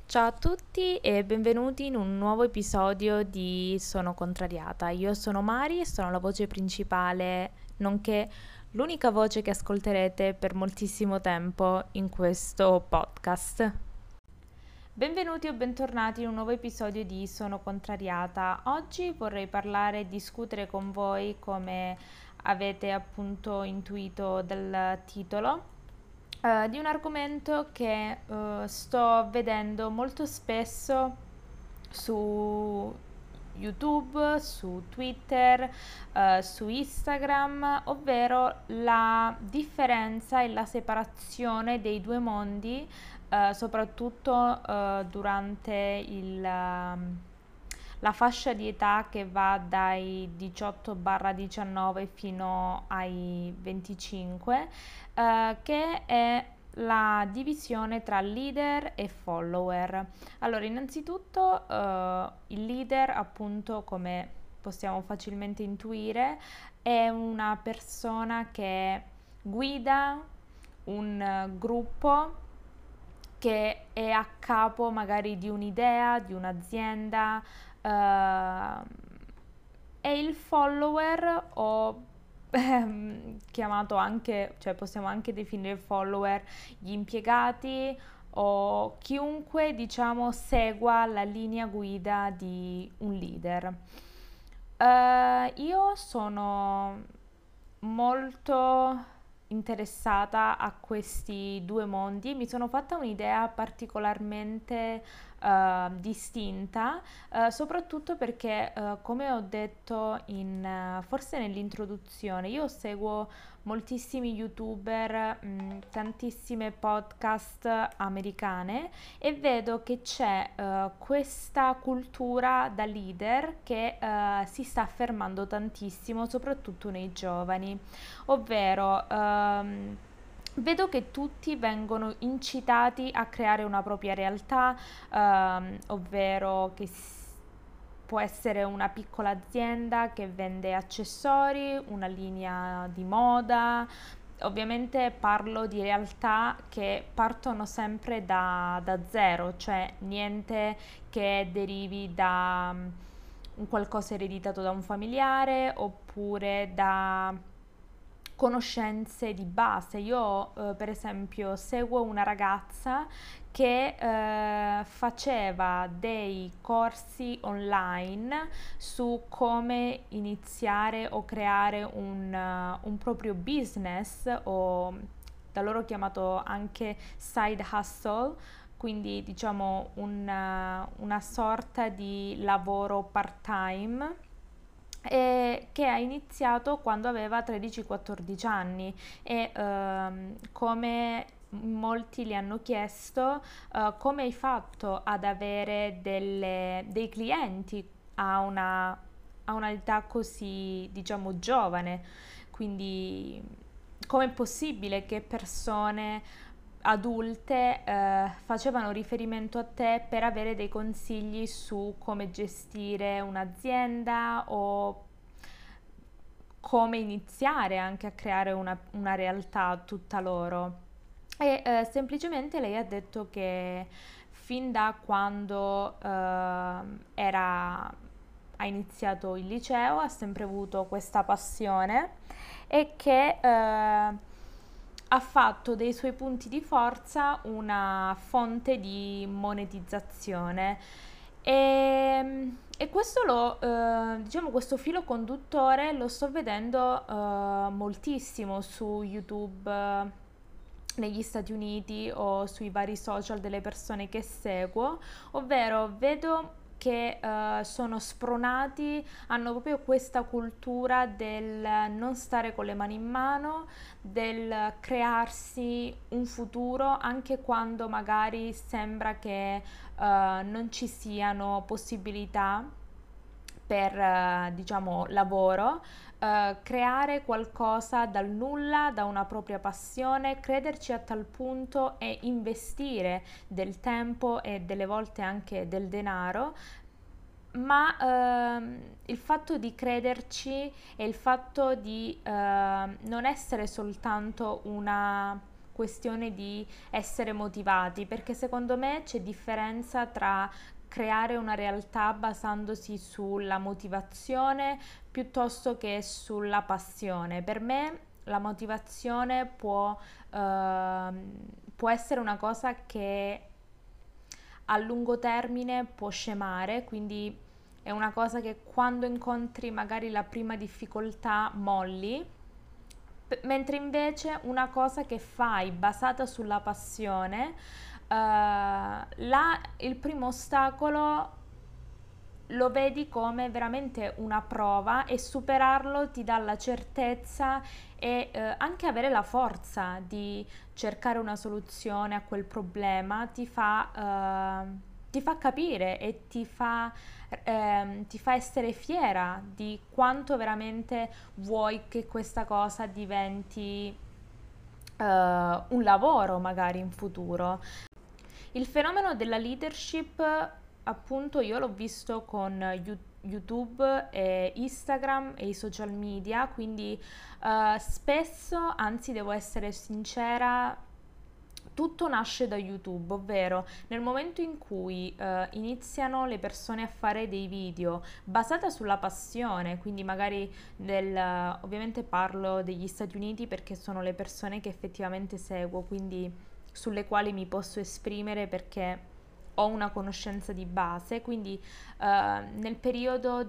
Ciao a tutti e benvenuti in un nuovo episodio di Sono contrariata. Io sono Mari e sono la voce principale, nonché l'unica voce che ascolterete per moltissimo tempo in questo podcast. Benvenuti o bentornati in un nuovo episodio di Sono contrariata. Oggi vorrei parlare e discutere con voi, come avete appunto intuito dal titolo, di un argomento che sto vedendo molto spesso su YouTube, su Twitter, su Instagram, ovvero la differenza e la separazione dei due mondi, soprattutto durante la fascia di età che va dai 18-19 fino ai 25, che è la divisione tra leader e follower. Allora, innanzitutto, il leader, appunto, come possiamo facilmente intuire, è una persona che guida un gruppo che è a capo magari di un'idea, di un'azienda, e il follower o chiamato anche, cioè possiamo anche definire follower gli impiegati o chiunque, diciamo, segua la linea guida di un leader. Io sono molto interessata a questi due mondi, mi sono fatta un'idea particolarmente distinta, soprattutto perché, come ho detto forse nell'introduzione, io seguo moltissimi youtuber, tantissime podcast americane e vedo che c'è questa cultura da leader che si sta affermando tantissimo, soprattutto nei giovani, ovvero vedo che tutti vengono incitati a creare una propria realtà, ovvero che può essere una piccola azienda che vende accessori, una linea di moda. Ovviamente parlo di realtà che partono sempre da zero, cioè niente che derivi da un qualcosa ereditato da un familiare oppure da conoscenze di base. Io, per esempio, seguo una ragazza che faceva dei corsi online su come iniziare o creare un proprio business, o da loro chiamato anche side hustle, quindi diciamo una sorta di lavoro part-time, che ha iniziato quando aveva 13-14 anni e come molti gli hanno chiesto, come hai fatto ad avere dei clienti a una età così, diciamo, giovane, quindi com'è possibile che persone adulte facevano riferimento a te per avere dei consigli su come gestire un'azienda o come iniziare anche a creare una realtà tutta loro. E semplicemente lei ha detto che fin da quando ha iniziato il liceo ha sempre avuto questa passione e che ha fatto dei suoi punti di forza una fonte di monetizzazione. E questo diciamo, questo filo conduttore lo sto vedendo moltissimo su YouTube, negli Stati Uniti o sui vari social delle persone che seguo, ovvero vedo che sono spronati, hanno proprio questa cultura del non stare con le mani in mano, del crearsi un futuro anche quando magari sembra che non ci siano possibilità per diciamo lavoro, creare qualcosa dal nulla, da una propria passione, crederci a tal punto e investire del tempo e delle volte anche del denaro, ma il fatto di crederci e il fatto di non essere soltanto questione di essere motivati, perché secondo me c'è differenza tra creare una realtà basandosi sulla motivazione piuttosto che sulla passione. Per me la motivazione può essere una cosa che a lungo termine può scemare, quindi è una cosa che quando incontri magari la prima difficoltà molli, mentre invece una cosa che fai basata sulla passione, il primo ostacolo lo vedi come veramente una prova e superarlo ti dà la certezza e anche avere la forza di cercare una soluzione a quel problema ti fa capire e ti fa essere fiera di quanto veramente vuoi che questa cosa diventi un lavoro magari in futuro. Il fenomeno della leadership, appunto, io l'ho visto con YouTube e Instagram e i social media, quindi spesso, anzi devo essere sincera, tutto nasce da YouTube, ovvero nel momento in cui iniziano le persone a fare dei video basata sulla passione, quindi magari ovviamente parlo degli Stati Uniti perché sono le persone che effettivamente seguo, quindi sulle quali mi posso esprimere perché ho una conoscenza di base, quindi nel periodo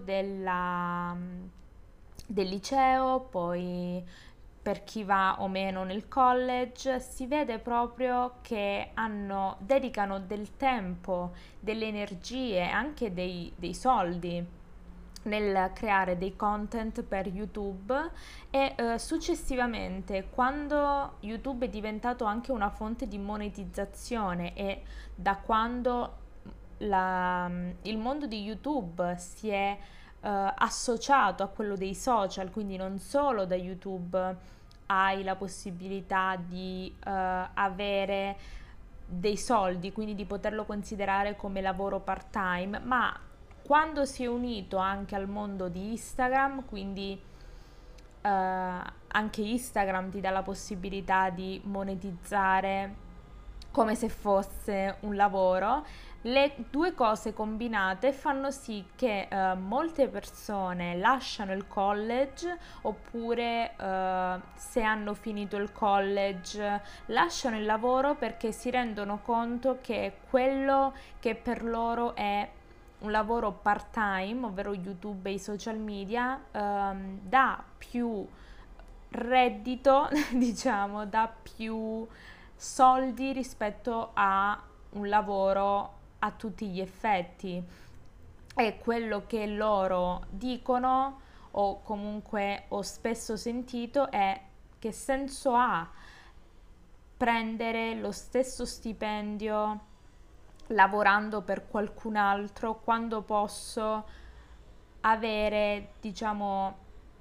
del liceo, poi per chi va o meno nel college, si vede proprio che dedicano del tempo, delle energie, anche dei soldi nel creare dei content per YouTube e successivamente quando YouTube è diventato anche una fonte di monetizzazione e da quando il mondo di YouTube si è associato a quello dei social, quindi non solo da YouTube hai la possibilità di avere dei soldi, quindi di poterlo considerare come lavoro part-time, ma quando si è unito anche al mondo di Instagram, quindi anche Instagram ti dà la possibilità di monetizzare come se fosse un lavoro, le due cose combinate fanno sì che molte persone lasciano il college oppure se hanno finito il college lasciano il lavoro perché si rendono conto che quello che per loro è un lavoro part-time, ovvero YouTube e i social media, dà più reddito, diciamo, dà più soldi rispetto a un lavoro a tutti gli effetti. E quello che loro dicono, o comunque ho spesso sentito, è che senso ha prendere lo stesso stipendio lavorando per qualcun altro quando posso avere, diciamo,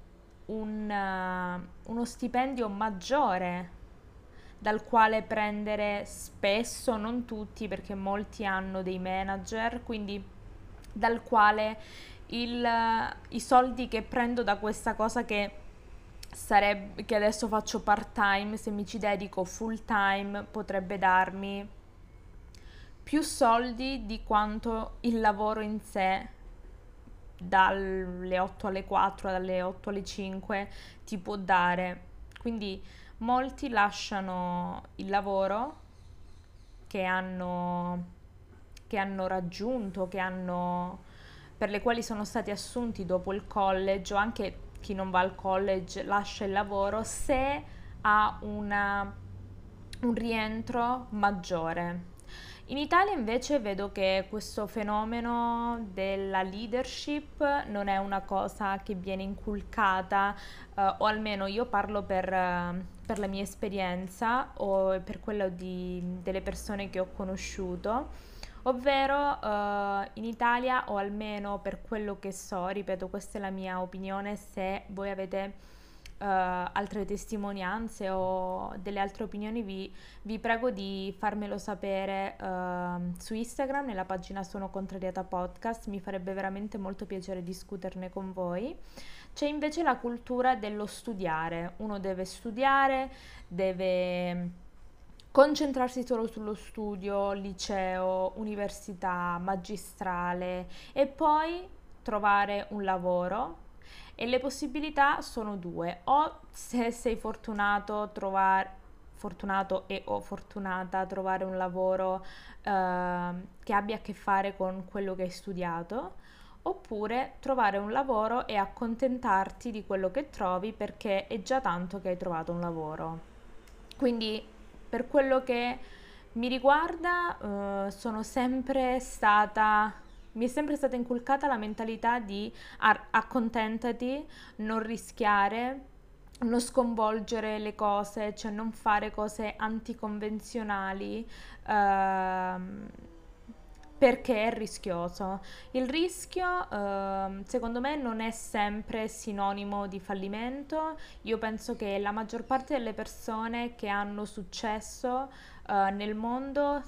uno stipendio maggiore dal quale prendere spesso, non tutti perché molti hanno dei manager, quindi dal quale i soldi che prendo da questa cosa che adesso faccio part time, se mi ci dedico full time potrebbe darmi più soldi di quanto il lavoro in sé dalle 8 alle 4, dalle 8 alle 5 ti può dare. Quindi molti lasciano il lavoro che hanno raggiunto, per le quali sono stati assunti dopo il college, o anche chi non va al college lascia il lavoro se ha un rientro maggiore. In Italia invece vedo che questo fenomeno della leadership non è una cosa che viene inculcata, o almeno io parlo per la mia esperienza o per quella delle persone che ho conosciuto, ovvero in Italia, o almeno per quello che so, ripeto, questa è la mia opinione, se voi avete altre testimonianze o delle altre opinioni vi prego di farmelo sapere su Instagram, nella pagina Sono Contrariata Podcast, mi farebbe veramente molto piacere discuterne con voi. C'è invece la cultura dello studiare, uno deve studiare, deve concentrarsi solo sullo studio, liceo, università, magistrale e poi trovare un lavoro. E le possibilità sono due: o se sei fortunato e o fortunata a trovare un lavoro che abbia a che fare con quello che hai studiato, oppure trovare un lavoro e accontentarti di quello che trovi perché è già tanto che hai trovato un lavoro. Quindi, per quello che mi riguarda, mi è sempre stata inculcata la mentalità di accontentati, non rischiare, non sconvolgere le cose, cioè non fare cose anticonvenzionali, ehm, perché è rischioso. Il rischio, secondo me, non è sempre sinonimo di fallimento. Io penso che la maggior parte delle persone che hanno successo, nel mondo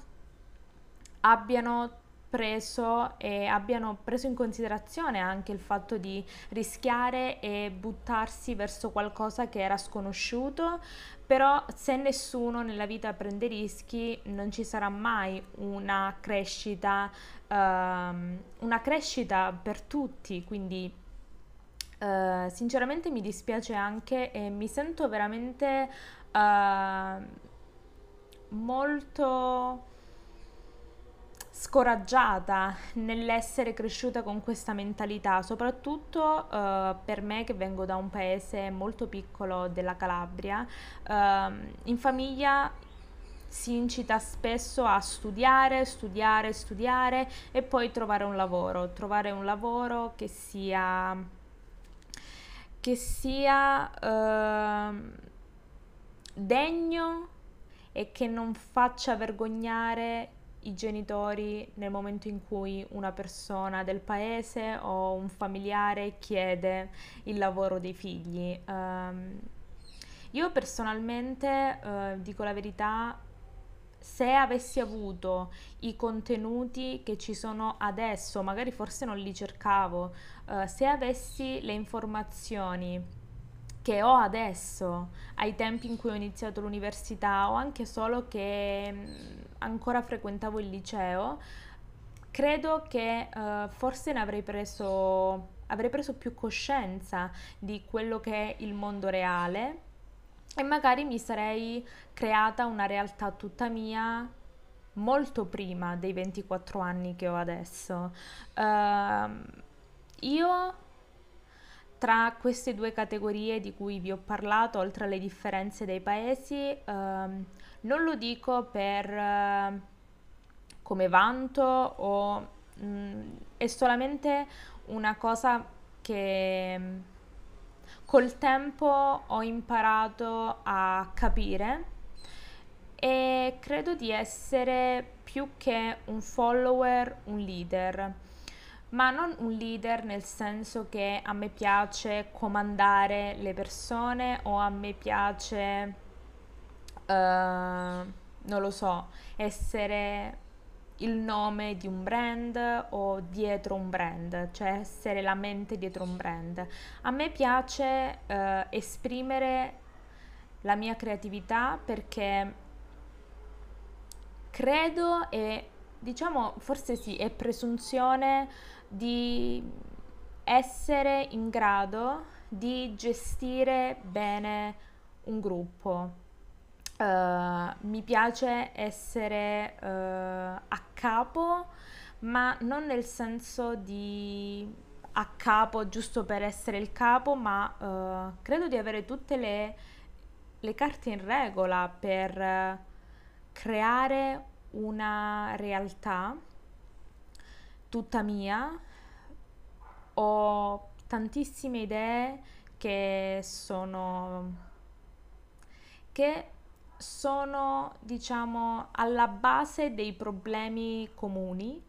abbiano preso in considerazione anche il fatto di rischiare e buttarsi verso qualcosa che era sconosciuto, però se nessuno nella vita prende rischi non ci sarà mai una crescita per tutti, quindi sinceramente mi dispiace anche e mi sento veramente molto scoraggiata nell'essere cresciuta con questa mentalità, soprattutto per me che vengo da un paese molto piccolo della Calabria. In famiglia si incita spesso a studiare, studiare, studiare e poi trovare un lavoro che sia degno e che non faccia vergognare i genitori nel momento in cui una persona del paese o un familiare chiede il lavoro dei figli. Io personalmente, dico la verità, se avessi avuto i contenuti che ci sono adesso, magari forse non li cercavo, se avessi le informazioni che ho adesso, ai tempi in cui ho iniziato l'università o anche solo che ancora frequentavo il liceo, credo che forse avrei preso più coscienza di quello che è il mondo reale e magari mi sarei creata una realtà tutta mia molto prima dei 24 anni che ho adesso. Ehm, io tra queste due categorie di cui vi ho parlato, oltre alle differenze dei paesi, non lo dico come vanto è solamente una cosa che col tempo ho imparato a capire e credo di essere più che un follower, un leader, ma non un leader nel senso che a me piace comandare le persone o a me piace, non lo so, essere il nome di un brand o dietro un brand, cioè essere la mente dietro un brand. A me piace esprimere la mia creatività perché credo e diciamo forse sì, è presunzione di essere in grado di gestire bene un gruppo. Mi piace essere a capo, ma non nel senso di a capo giusto per essere il capo, ma credo di avere tutte le carte in regola per creare una realtà tutta mia. Ho tantissime idee che che sono, diciamo, alla base dei problemi comuni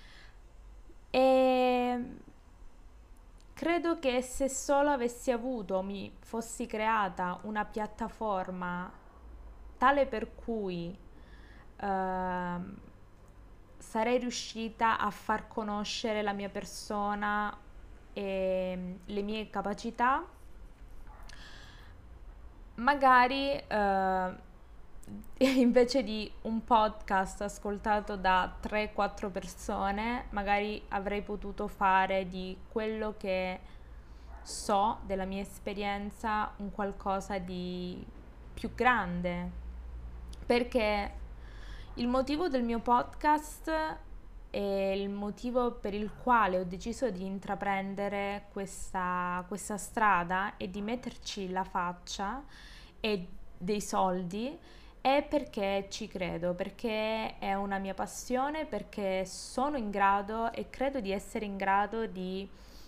e credo che se solo mi fossi creata una piattaforma tale per cui ehm, sarei riuscita a far conoscere la mia persona e le mie capacità, magari invece di un podcast ascoltato da 3-4 persone, magari avrei potuto fare di quello che so della mia esperienza un qualcosa di più grande, perché il motivo del mio podcast e il motivo per il quale ho deciso di intraprendere questa strada e di metterci la faccia e dei soldi è perché ci credo, perché è una mia passione, perché sono in grado e credo di essere in grado di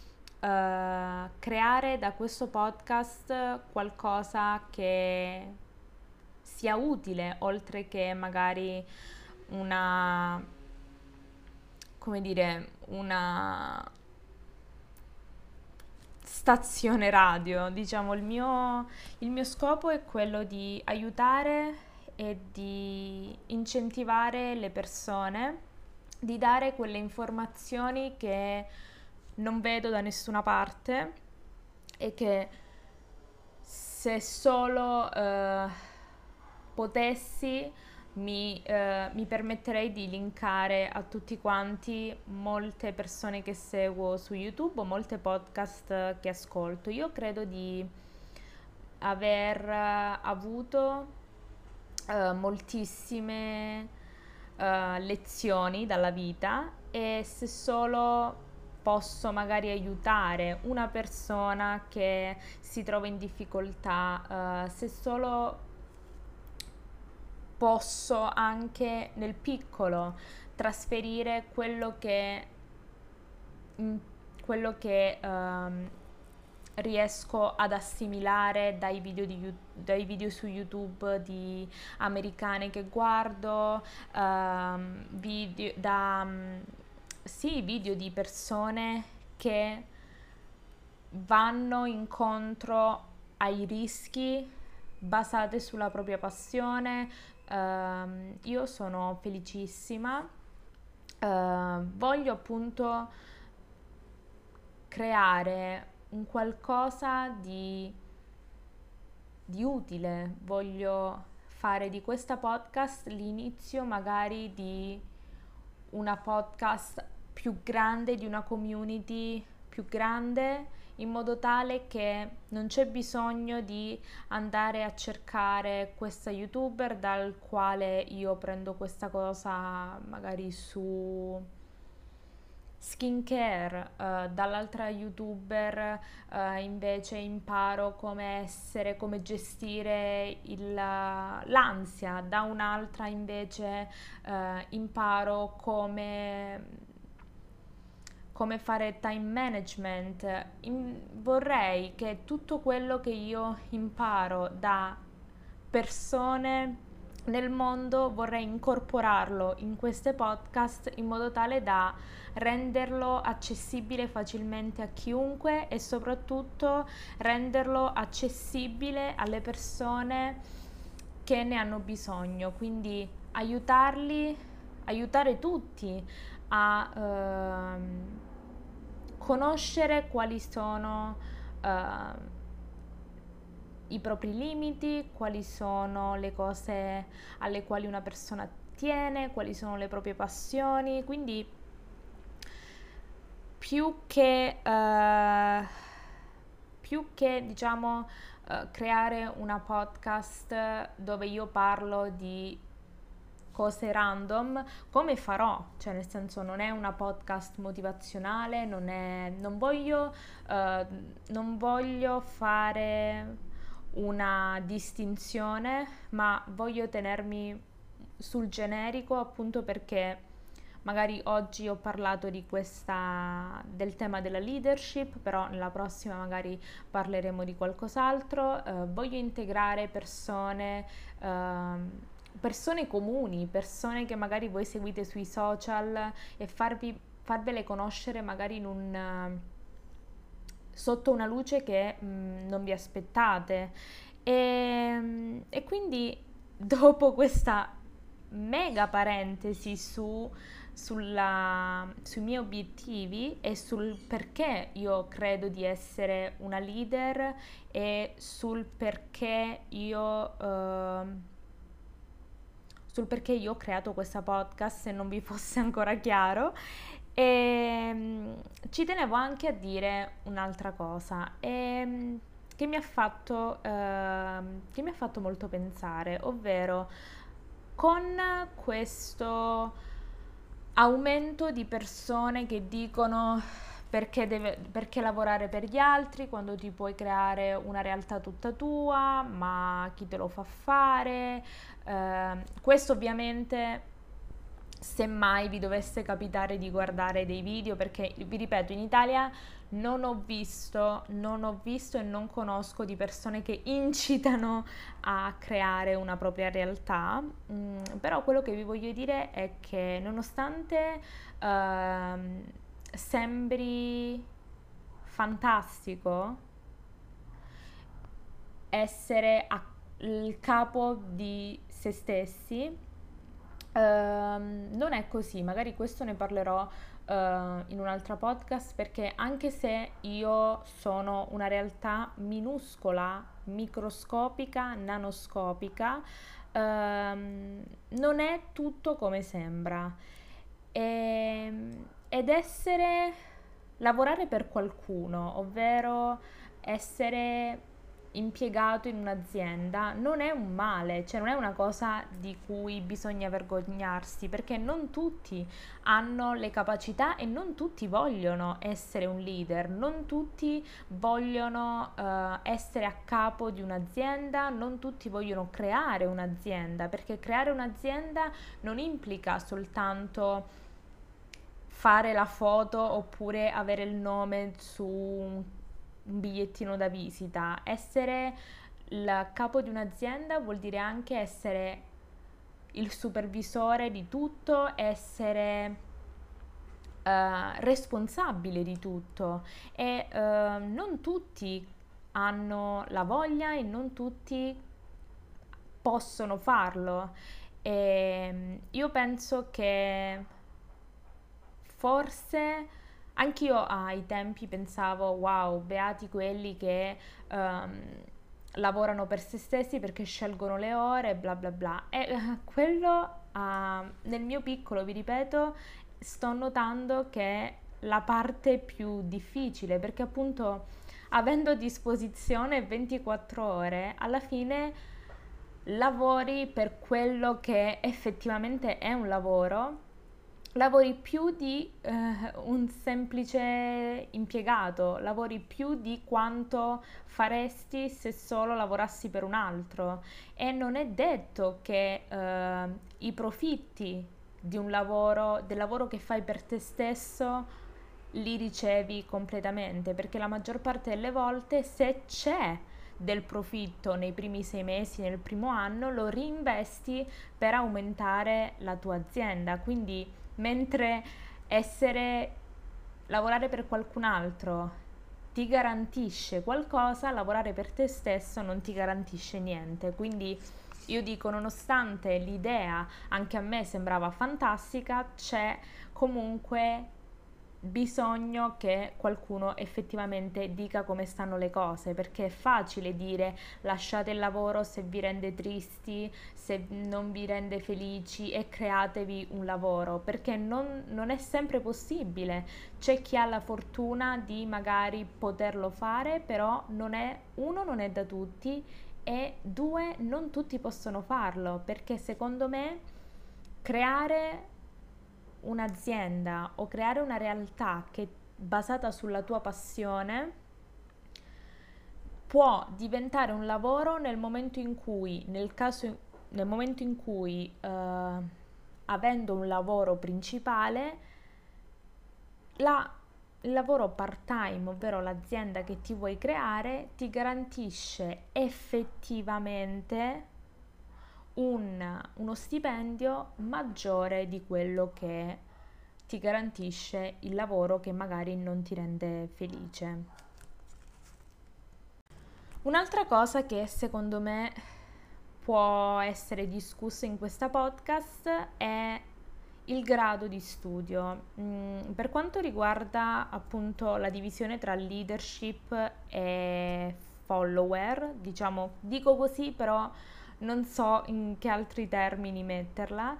creare da questo podcast qualcosa che sia utile, oltre che magari una, come dire, una stazione radio. Diciamo, il mio scopo è quello di aiutare e di incentivare le persone, di dare quelle informazioni che non vedo da nessuna parte e che se solo potessi mi permetterei di linkare a tutti quanti molte persone che seguo su YouTube o molte podcast che ascolto. Io credo di aver avuto moltissime lezioni dalla vita e se solo posso magari aiutare una persona che si trova in difficoltà, se solo posso anche nel piccolo trasferire mm, quello che riesco ad assimilare dai video su YouTube di americane che guardo, sì, video di persone che vanno incontro ai rischi basate sulla propria passione. Io sono felicissima, voglio appunto creare un qualcosa di utile, voglio fare di questa podcast l'inizio magari di una podcast più grande, di una community più grande, in modo tale che non c'è bisogno di andare a cercare questa YouTuber dal quale io prendo questa cosa magari su skincare, dall'altra YouTuber invece imparo come essere, come gestire l'ansia, da un'altra invece imparo come fare time management. Vorrei che tutto quello che io imparo da persone nel mondo vorrei incorporarlo in queste podcast in modo tale da renderlo accessibile facilmente a chiunque e soprattutto renderlo accessibile alle persone che ne hanno bisogno, quindi aiutare tutti a conoscere quali sono i propri limiti, quali sono le cose alle quali una persona tiene, quali sono le proprie passioni, quindi più che, diciamo creare una podcast dove io parlo di cose random, come farò, cioè nel senso non è una podcast motivazionale, non voglio fare una distinzione, ma voglio tenermi sul generico appunto perché magari oggi ho parlato del tema della leadership, però nella prossima magari parleremo di qualcos'altro. Voglio integrare persone comuni, persone che magari voi seguite sui social e farvele conoscere magari sotto una luce che non vi aspettate. E quindi dopo questa mega parentesi sui miei obiettivi e sul perché io credo di essere una leader e sul perché io sul perché io ho creato questa podcast, se non vi fosse ancora chiaro. E ci tenevo anche a dire un'altra cosa che mi ha fatto molto pensare, ovvero con questo aumento di persone che dicono perché lavorare per gli altri quando ti puoi creare una realtà tutta tua, ma chi te lo fa fare? Questo ovviamente se mai vi dovesse capitare di guardare dei video, perché vi ripeto, in Italia non ho visto e non conosco di persone che incitano a creare una propria realtà, però quello che vi voglio dire è che nonostante sembri fantastico essere il capo di se stessi, non è così, magari questo ne parlerò in un'altra podcast perché anche se io sono una realtà minuscola, microscopica, nanoscopica, non è tutto come sembra. Ed essere, lavorare per qualcuno, ovvero essere impiegato in un'azienda, non è un male, cioè non è una cosa di cui bisogna vergognarsi, perché non tutti hanno le capacità e non tutti vogliono essere un leader, non tutti vogliono essere a capo di un'azienda, non tutti vogliono creare un'azienda, perché creare un'azienda non implica soltanto fare la foto oppure avere il nome su un bigliettino da visita. Essere il capo di un'azienda vuol dire anche essere il supervisore di tutto, essere responsabile di tutto e non tutti hanno la voglia e non tutti possono farlo. E io penso che forse anch'io ai tempi pensavo, wow, beati quelli che lavorano per se stessi perché scelgono le ore, bla bla bla. E quello nel mio piccolo, vi ripeto, sto notando che è la parte più difficile perché appunto avendo a disposizione 24 ore, alla fine lavori per quello che effettivamente è un lavoro, lavori più di un semplice impiegato, lavori più di quanto faresti se solo lavorassi per un altro e non è detto che i profitti di un lavoro, del lavoro che fai per te stesso, li ricevi completamente, perché la maggior parte delle volte se c'è del profitto nei primi 6 mesi, nel primo anno, lo reinvesti per aumentare la tua azienda. Quindi mentre lavorare per qualcun altro ti garantisce qualcosa, lavorare per te stesso non ti garantisce niente. Quindi io dico, nonostante l'idea anche a me sembrava fantastica, c'è comunque bisogno che qualcuno effettivamente dica come stanno le cose, perché è facile dire lasciate il lavoro se vi rende tristi, se non vi rende felici e createvi un lavoro, perché non è sempre possibile. C'è chi ha la fortuna di magari poterlo fare, però non è da tutti e due, non tutti possono farlo, perché secondo me creare un'azienda o creare una realtà che è basata sulla tua passione può diventare un lavoro nel momento in cui, nel momento in cui avendo un lavoro principale, il lavoro part-time, ovvero l'azienda che ti vuoi creare, ti garantisce effettivamente uno stipendio maggiore di quello che ti garantisce il lavoro che magari non ti rende felice. Un'altra cosa che secondo me può essere discussa in questa podcast è il grado di studio. Per quanto riguarda appunto la divisione tra leadership e follower, diciamo, dico così, però non so in che altri termini metterla.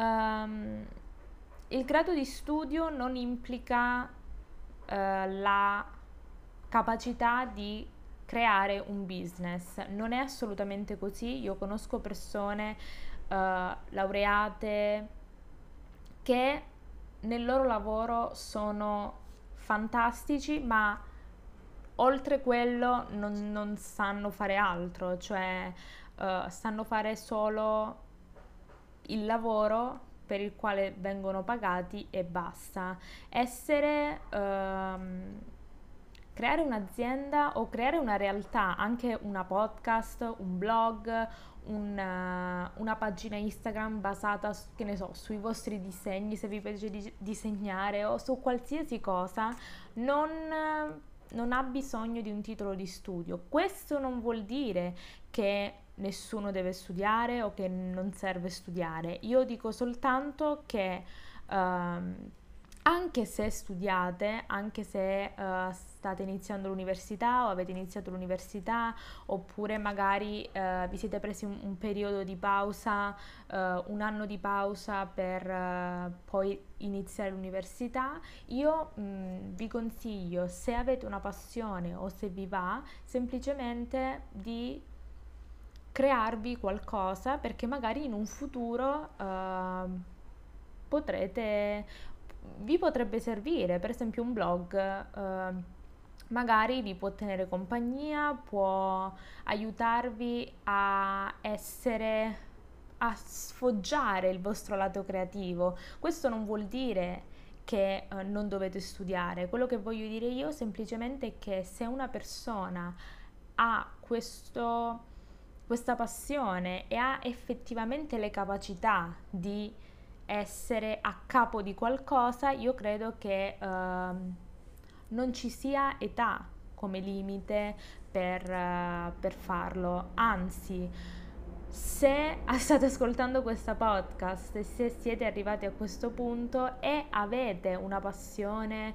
Il grado di studio non implica la capacità di creare un business. Non è assolutamente così. Io conosco persone laureate che nel loro lavoro sono fantastici, ma oltre quello non sanno fare altro, cioè sanno fare solo il lavoro per il quale vengono pagati e basta. Essere, creare un'azienda o creare una realtà, anche una podcast, un blog, una pagina Instagram basata, che ne so, sui vostri disegni, se vi piace disegnare o su qualsiasi cosa, non ha bisogno di un titolo di studio. Questo non vuol dire che nessuno deve studiare o che non serve studiare. Io dico soltanto che anche se studiate, anche se state iniziando l'università o avete iniziato l'università, oppure magari vi siete presi un periodo di pausa, un anno di pausa per poi iniziare l'università, io vi consiglio, se avete una passione o se vi va, semplicemente di crearvi qualcosa, perché magari in un futuro potrete, vi potrebbe servire, per esempio un blog, magari vi può tenere compagnia, può aiutarvi a essere, a sfoggiare il vostro lato creativo. Questo non vuol dire che non dovete studiare. Quello che voglio dire io semplicemente è che se una persona ha questa passione e ha effettivamente le capacità di essere a capo di qualcosa, io credo che non ci sia età come limite per farlo. Anzi, se state ascoltando questa podcast e se siete arrivati a questo punto e avete una passione,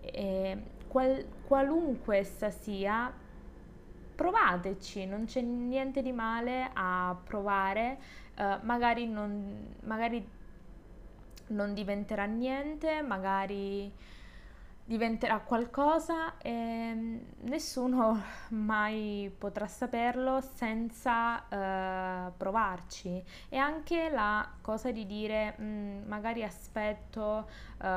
qualunque essa sia, provateci, non c'è niente di male a provare, magari non diventerà niente, magari diventerà qualcosa e nessuno mai potrà saperlo senza provarci. E anche la cosa di dire magari aspetto,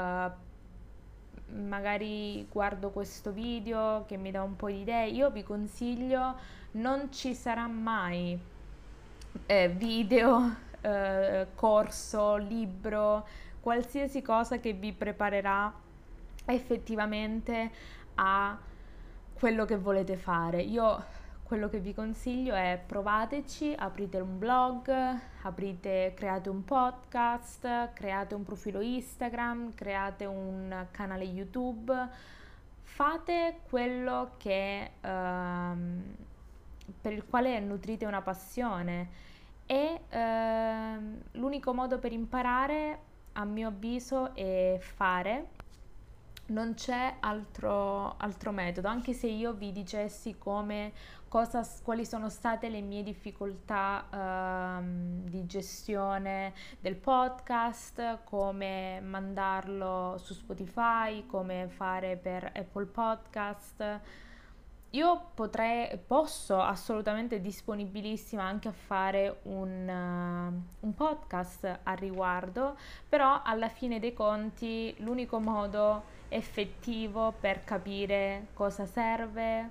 magari guardo questo video che mi dà un po' di idee, io vi consiglio, non ci sarà mai video, corso, libro, qualsiasi cosa che vi preparerà effettivamente a quello che volete fare. Io quello che vi consiglio è provateci, aprite un blog, create un podcast, create un profilo Instagram, create un canale YouTube, fate quello che, per il quale nutrite una passione e l'unico modo per imparare, a mio avviso, è fare. Non c'è altro metodo, anche se io vi dicessi quali sono state le mie difficoltà di gestione del podcast, come mandarlo su Spotify, come fare per Apple Podcast. Io posso assolutamente disponibilissima anche a fare un podcast al riguardo, però alla fine dei conti l'unico modo effettivo per capire cosa serve,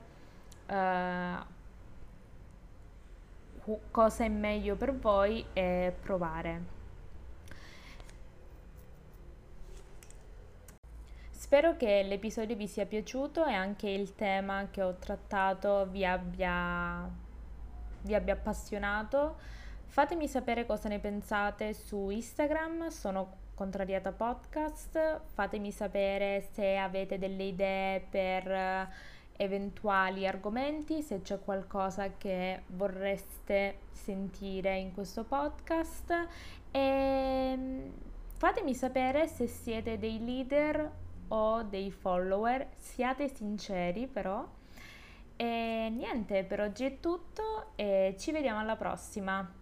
cosa è meglio per voi è provare. Spero che l'episodio vi sia piaciuto e anche il tema che ho trattato vi abbia appassionato. Fatemi sapere cosa ne pensate su Instagram, sono Contrariata Podcast. Fatemi sapere se avete delle idee per eventuali argomenti, se c'è qualcosa che vorreste sentire in questo podcast e fatemi sapere se siete dei leader o dei follower, siate sinceri però. E niente, per oggi è tutto e ci vediamo alla prossima.